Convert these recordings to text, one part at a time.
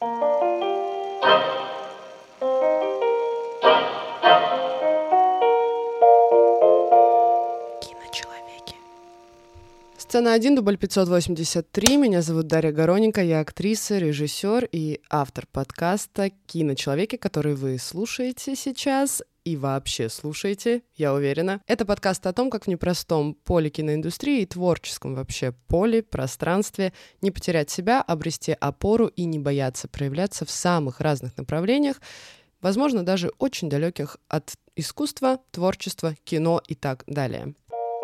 Сцена 1, дубль 583. Меня зовут Дарья Гороненко, я актриса, режиссер и автор подкаста «Киночеловеки», который вы слушаете сейчас и вообще слушаете, я уверена. Это подкаст о том, как в непростом поле киноиндустрии и творческом вообще поле, пространстве не потерять себя, обрести опору и не бояться проявляться в самых разных направлениях, возможно, даже очень далеких от искусства, творчества, кино и так далее.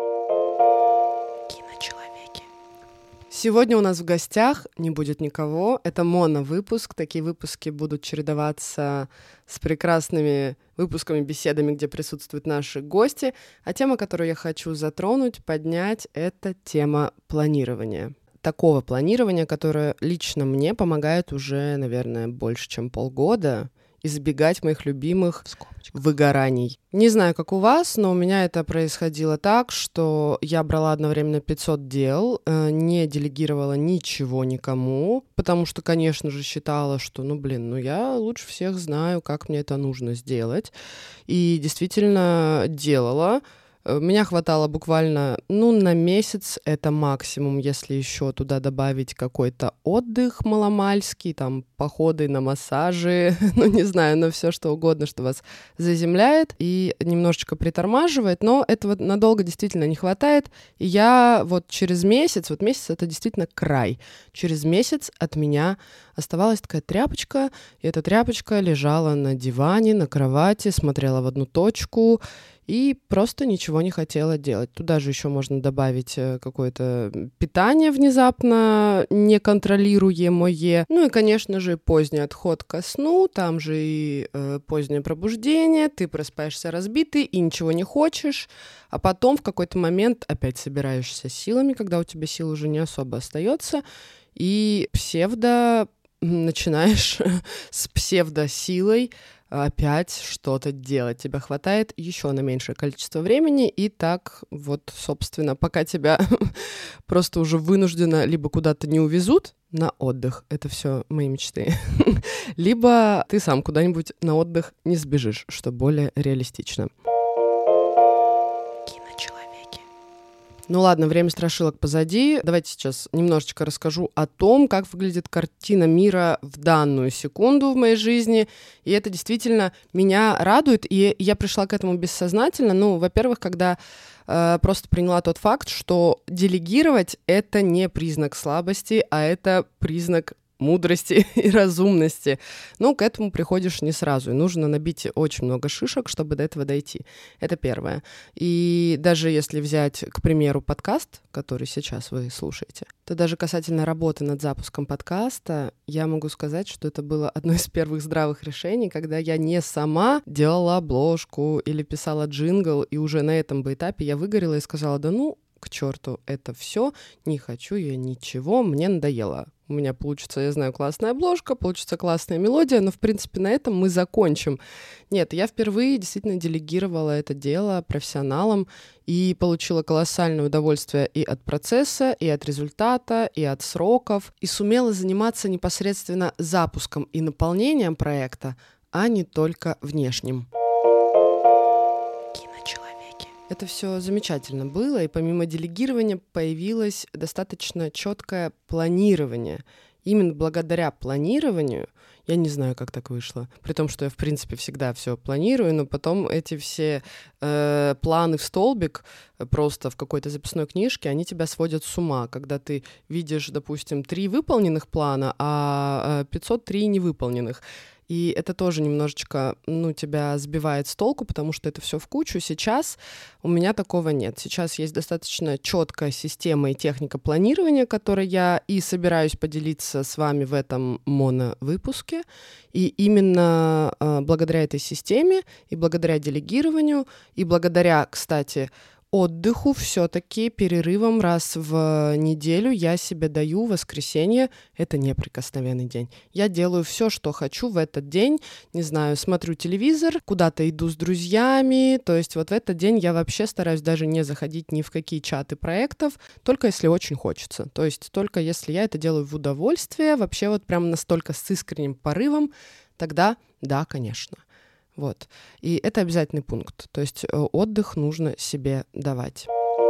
Сегодня у нас в гостях не будет никого. Это моновыпуск. Такие выпуски будут чередоваться с прекрасными выпусками, беседами, где присутствуют наши гости. А тема, которую я хочу затронуть, поднять, это тема планирования. Такого планирования, которое лично мне помогает уже, наверное, больше, чем полгода избегать моих любимых выгораний. Не знаю, как у вас, но у меня это происходило так, что я брала одновременно 500 дел, не делегировала ничего никому, потому что, конечно же, считала, что, я лучше всех знаю, как мне это нужно сделать. И действительно делала. Меня хватало буквально, на месяц, это максимум, если еще туда добавить какой-то отдых маломальский, там, походы на массажи, на все что угодно, что вас заземляет и немножечко притормаживает, но этого надолго действительно не хватает. И я через месяц это действительно край, через месяц от меня оставалась такая тряпочка, и эта тряпочка лежала на диване, на кровати, смотрела в одну точку, и просто ничего не хотела делать. Туда же еще можно добавить какое-то питание внезапно неконтролируемое. И, конечно же, поздний отход ко сну, там же и позднее пробуждение, ты просыпаешься разбитый и ничего не хочешь, а потом в какой-то момент опять собираешься силами, когда у тебя сил уже не особо остается, и начинаешь с псевдосилой опять что-то делать. Тебя хватает еще на меньшее количество времени, и так собственно, пока тебя просто уже вынужденно либо куда-то не увезут на отдых, это все мои мечты, либо ты сам куда-нибудь на отдых не сбежишь, что более реалистично. Ладно, время страшилок позади. Давайте сейчас немножечко расскажу о том, как выглядит картина мира в данную секунду в моей жизни. И это действительно меня радует, и я пришла к этому бессознательно. Во-первых, когда просто приняла тот факт, что делегировать — это не признак слабости, а это признак мудрости и разумности. К этому приходишь не сразу, и нужно набить очень много шишек, чтобы до этого дойти. Это первое. И даже если взять, к примеру, подкаст, который сейчас вы слушаете, то даже касательно работы над запуском подкаста, я могу сказать, что это было одно из первых здравых решений, когда я не сама делала обложку или писала джингл, и уже на этом бы этапе я выгорела и сказала: к черту это все, не хочу я ничего, мне надоело. У меня получится, я знаю, классная обложка, получится классная мелодия, но, в принципе, на этом мы закончим. Нет, я впервые действительно делегировала это дело профессионалам и получила колоссальное удовольствие и от процесса, и от результата, и от сроков, и сумела заниматься непосредственно запуском и наполнением проекта, а не только внешним. Это все замечательно было, и помимо делегирования появилось достаточно четкое планирование. Именно благодаря планированию, я не знаю, как так вышло, при том, что я, в принципе, всегда все планирую, но потом эти все планы в столбик просто в какой-то записной книжке, они тебя сводят с ума, когда ты видишь, допустим, 3 выполненных плана, а 503 невыполненных. И это тоже немножечко, тебя сбивает с толку, потому что это все в кучу. Сейчас у меня такого нет. Сейчас есть достаточно четкая система и техника планирования, которой я и собираюсь поделиться с вами в этом моновыпуске. И именно благодаря этой системе, и благодаря делегированию, и благодаря, кстати, отдыху все-таки перерывом раз в неделю я себе даю воскресенье. Это неприкосновенный день. Я делаю все, что хочу в этот день. Не знаю, смотрю телевизор, куда-то иду с друзьями. То есть вот в этот день я вообще стараюсь даже не заходить ни в какие чаты проектов, только если очень хочется. То есть только если я это делаю в удовольствие, вообще вот прям настолько с искренним порывом, тогда да, конечно. Вот. И это обязательный пункт. То есть отдых нужно себе давать.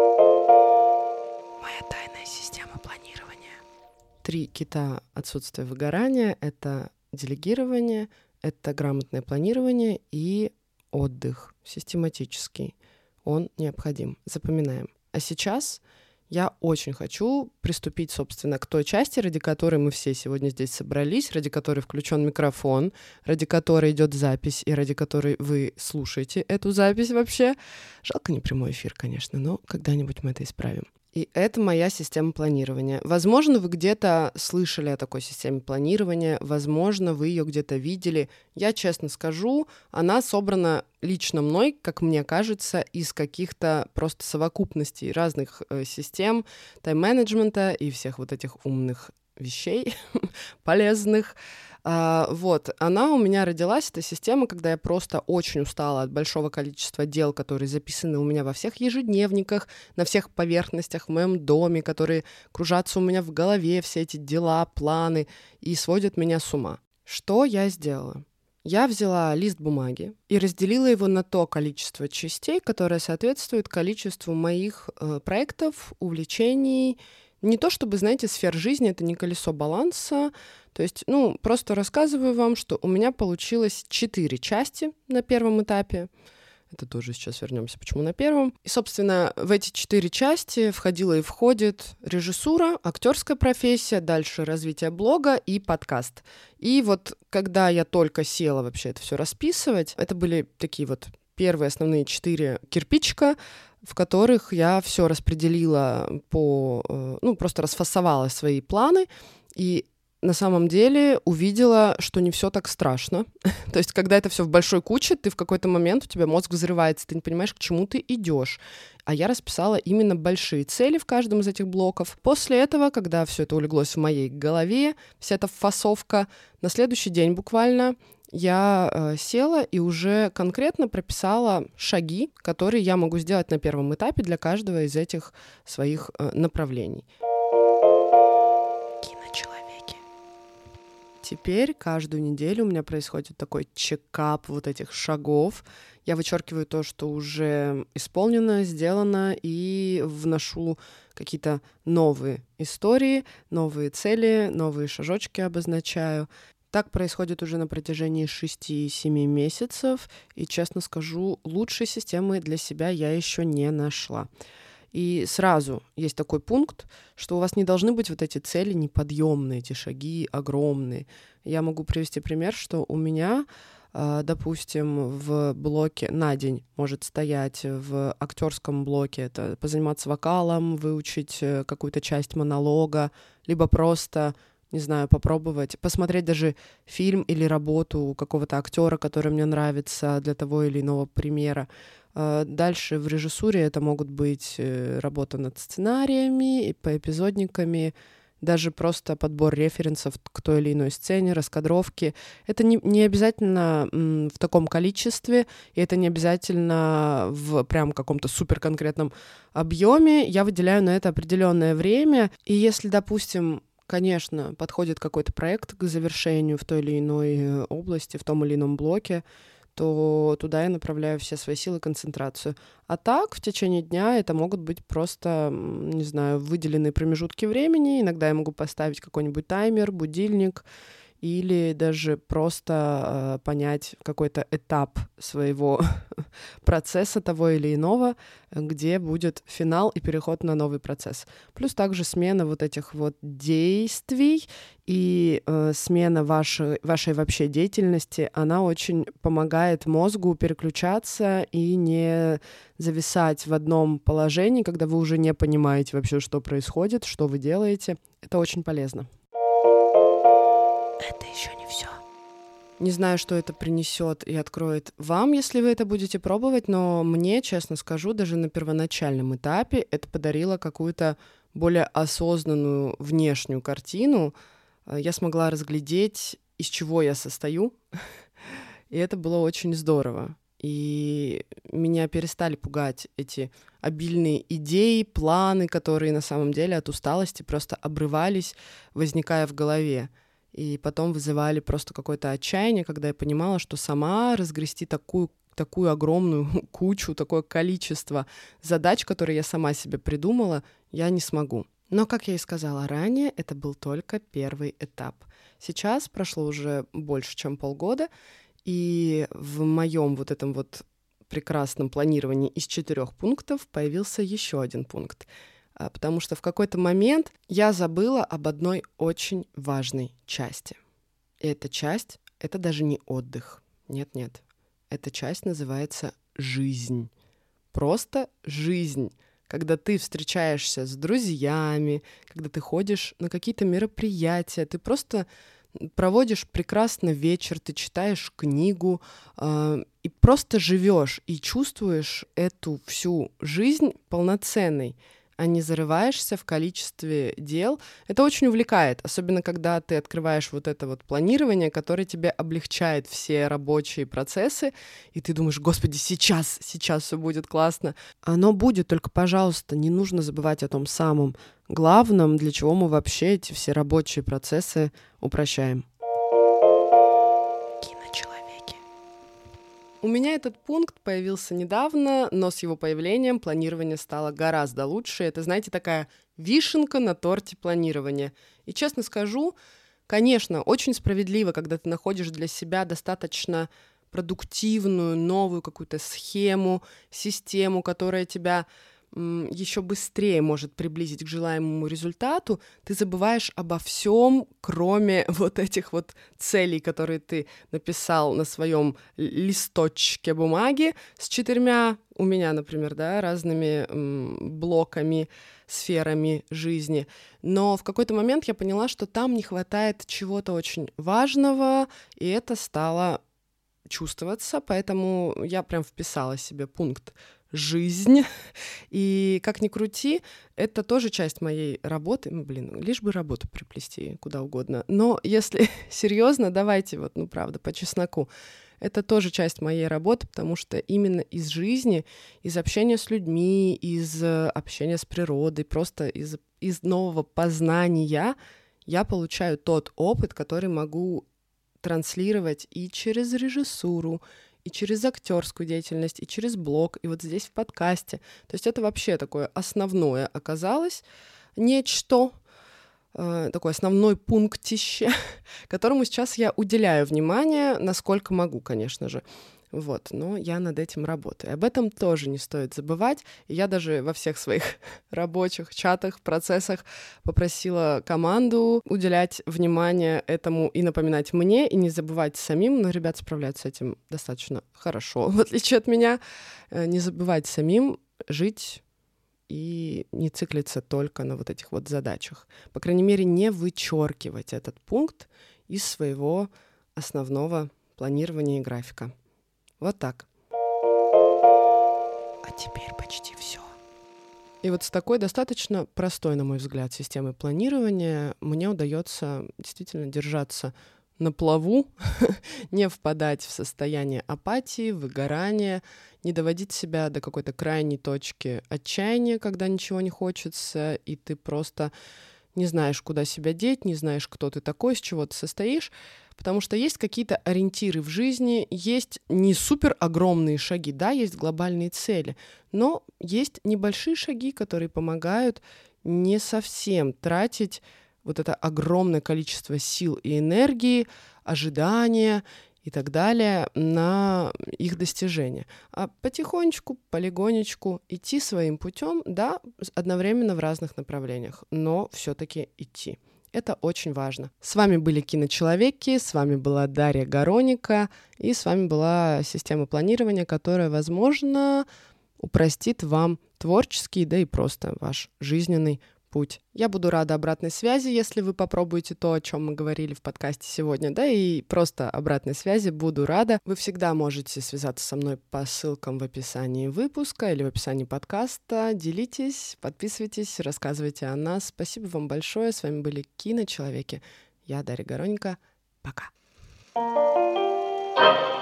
Моя тайная система планирования. 3 кита отсутствия выгорания — это делегирование, это грамотное планирование и отдых систематический. Он необходим. Запоминаем. А сейчас я очень хочу приступить, собственно, к той части, ради которой мы все сегодня здесь собрались, ради которой включен микрофон, ради которой идет запись и ради которой вы слушаете эту запись вообще. Жалко, не прямой эфир, конечно, но когда-нибудь мы это исправим. И это моя система планирования. Возможно, вы где-то слышали о такой системе планирования, возможно, вы ее где-то видели. Я честно скажу, она собрана лично мной, как мне кажется, из каких-то просто совокупностей разных систем тайм-менеджмента и всех вот этих умных вещей полезных. Вот, она у меня родилась, эта система, когда я просто очень устала от большого количества дел, которые записаны у меня во всех ежедневниках, на всех поверхностях в моем доме, которые кружатся у меня в голове, все эти дела, планы, и сводят меня с ума. Что я сделала? Я взяла лист бумаги и разделила его на то количество частей, которое соответствует количеству моих проектов, увлечений. Не то чтобы, знаете, сфер жизни — это не колесо баланса. То есть, просто рассказываю вам, что у меня получилось 4 части на первом этапе. Это тоже сейчас вернемся, почему на первом. И, собственно, в эти 4 части входила и входит режиссура, актерская профессия, дальше развитие блога и подкаст. И вот когда я только села вообще это все расписывать, это были такие вот первые основные 4 кирпичика, в которых я все распределила просто расфасовала свои планы и на самом деле увидела, что не все так страшно. То есть, когда это все в большой куче, ты в какой-то момент, у тебя мозг взрывается, ты не понимаешь, к чему ты идешь. А я расписала именно большие цели в каждом из этих блоков. После этого, когда все это улеглось в моей голове, вся эта фасовка, на следующий день буквально я села и уже конкретно прописала шаги, которые я могу сделать на первом этапе для каждого из этих своих направлений. Киночеловеки. Теперь каждую неделю у меня происходит такой чекап вот этих шагов. Я вычеркиваю то, что уже исполнено, сделано, и вношу какие-то новые истории, новые цели, новые шажочки обозначаю. Так происходит уже на протяжении 6-7 месяцев, и, честно скажу, лучшей системы для себя я еще не нашла. И сразу есть такой пункт, что у вас не должны быть вот эти цели неподъемные, эти шаги огромные. Я могу привести пример, что у меня, допустим, в блоке на день может стоять в актерском блоке это позаниматься вокалом, выучить какую-то часть монолога, либо просто, не знаю, попробовать, посмотреть даже фильм или работу какого-то актера, который мне нравится для того или иного примера. Дальше в режиссуре это могут быть работа над сценариями, поэпизодниками, даже просто подбор референсов к той или иной сцене, раскадровки. Это не обязательно в таком количестве, и это не обязательно в прям каком-то суперконкретном объеме. Я выделяю на это определенное время, и если, допустим, конечно, подходит какой-то проект к завершению в той или иной области, в том или ином блоке, то туда я направляю все свои силы и концентрацию. А так, в течение дня это могут быть просто, не знаю, выделенные промежутки времени. Иногда я могу поставить какой-нибудь таймер, будильник, или даже просто понять какой-то этап своего процесса того или иного, где будет финал и переход на новый процесс. Плюс также смена вот этих вот действий и смена вашей вообще деятельности, она очень помогает мозгу переключаться и не зависать в одном положении, когда вы уже не понимаете вообще, что происходит, что вы делаете. Это очень полезно. Это еще не все. Не знаю, что это принесет и откроет вам, если вы это будете пробовать, но мне, честно скажу, даже на первоначальном этапе это подарило какую-то более осознанную внешнюю картину. Я смогла разглядеть, из чего я состою, и это было очень здорово. И меня перестали пугать эти обильные идеи, планы, которые на самом деле от усталости просто обрывались, возникая в голове. И потом вызывали просто какое-то отчаяние, когда я понимала, что сама разгрести такую огромную кучу, такое количество задач, которые я сама себе придумала, я не смогу. Но, как я и сказала ранее, это был только первый этап. Сейчас прошло уже больше, чем полгода, и в моем вот этом вот прекрасном планировании из 4 пунктов появился еще один пункт. Потому что в какой-то момент я забыла об одной очень важной части. И эта часть — это даже не отдых. Нет-нет. Эта часть называется жизнь. Просто жизнь. Когда ты встречаешься с друзьями, когда ты ходишь на какие-то мероприятия, ты просто проводишь прекрасно вечер, ты читаешь книгу и просто живешь и чувствуешь эту всю жизнь полноценной, а не зарываешься в количестве дел. Это очень увлекает, особенно когда ты открываешь вот это вот планирование, которое тебе облегчает все рабочие процессы, и ты думаешь: господи, сейчас все будет классно. Оно будет, только, пожалуйста, не нужно забывать о том самом главном, для чего мы вообще эти все рабочие процессы упрощаем. У меня этот пункт появился недавно, но с его появлением планирование стало гораздо лучше. Это, знаете, такая вишенка на торте планирования. И честно скажу, конечно, очень справедливо, когда ты находишь для себя достаточно продуктивную, новую какую-то схему, систему, которая тебя еще быстрее может приблизить к желаемому результату, ты забываешь обо всем, кроме вот этих вот целей, которые ты написал на своем листочке бумаги с 4, у меня, например, да, разными блоками, сферами жизни. Но в какой-то момент я поняла, что там не хватает чего-то очень важного, и это стало чувствоваться, поэтому я прям вписала себе пункт «жизнь». И как ни крути, это тоже часть моей работы. Лишь бы работу приплести куда угодно. Но если серьезно, давайте вот, правда, по чесноку. Это тоже часть моей работы, потому что именно из жизни, из общения с людьми, из общения с природой, просто из нового познания я получаю тот опыт, который могу транслировать и через режиссуру, и через актерскую деятельность, и через блог, и вот здесь в подкасте. То есть это вообще такое основное оказалось нечто, такой основной пунктище, которому сейчас я уделяю внимание, насколько могу, конечно же. Вот, но я над этим работаю. Об этом тоже не стоит забывать. И я даже во всех своих рабочих чатах, процессах попросила команду уделять внимание этому и напоминать мне, и не забывать самим. Но ребята справляются с этим достаточно хорошо, в отличие от меня. Не забывать самим жить и не циклиться только на вот этих вот задачах. По крайней мере, не вычеркивать этот пункт из своего основного планирования и графика. Вот так. А теперь почти все. И вот с такой достаточно простой, на мой взгляд, системой планирования мне удается действительно держаться на плаву, не впадать в состояние апатии, выгорания, не доводить себя до какой-то крайней точки отчаяния, когда ничего не хочется, и ты просто не знаешь, куда себя деть, не знаешь, кто ты такой, с чего ты состоишь, потому что есть какие-то ориентиры в жизни, есть не супер огромные шаги, да, есть глобальные цели, но есть небольшие шаги, которые помогают не совсем тратить вот это огромное количество сил и энергии, ожидания и так далее на их достижение. А потихонечку, полигонечку идти своим путем, да, одновременно в разных направлениях, но все-таки идти. Это очень важно. С вами были Киночеловеки, с вами была Дарья Гороника, и с вами была система планирования, которая, возможно, упростит вам творческий, да и просто ваш жизненный путь. Я буду рада обратной связи, если вы попробуете то, о чем мы говорили в подкасте сегодня, да, и просто обратной связи буду рада. Вы всегда можете связаться со мной по ссылкам в описании выпуска или в описании подкаста. Делитесь, подписывайтесь, рассказывайте о нас. Спасибо вам большое. С вами были Киночеловеки. Я Дарья Горонько. Пока.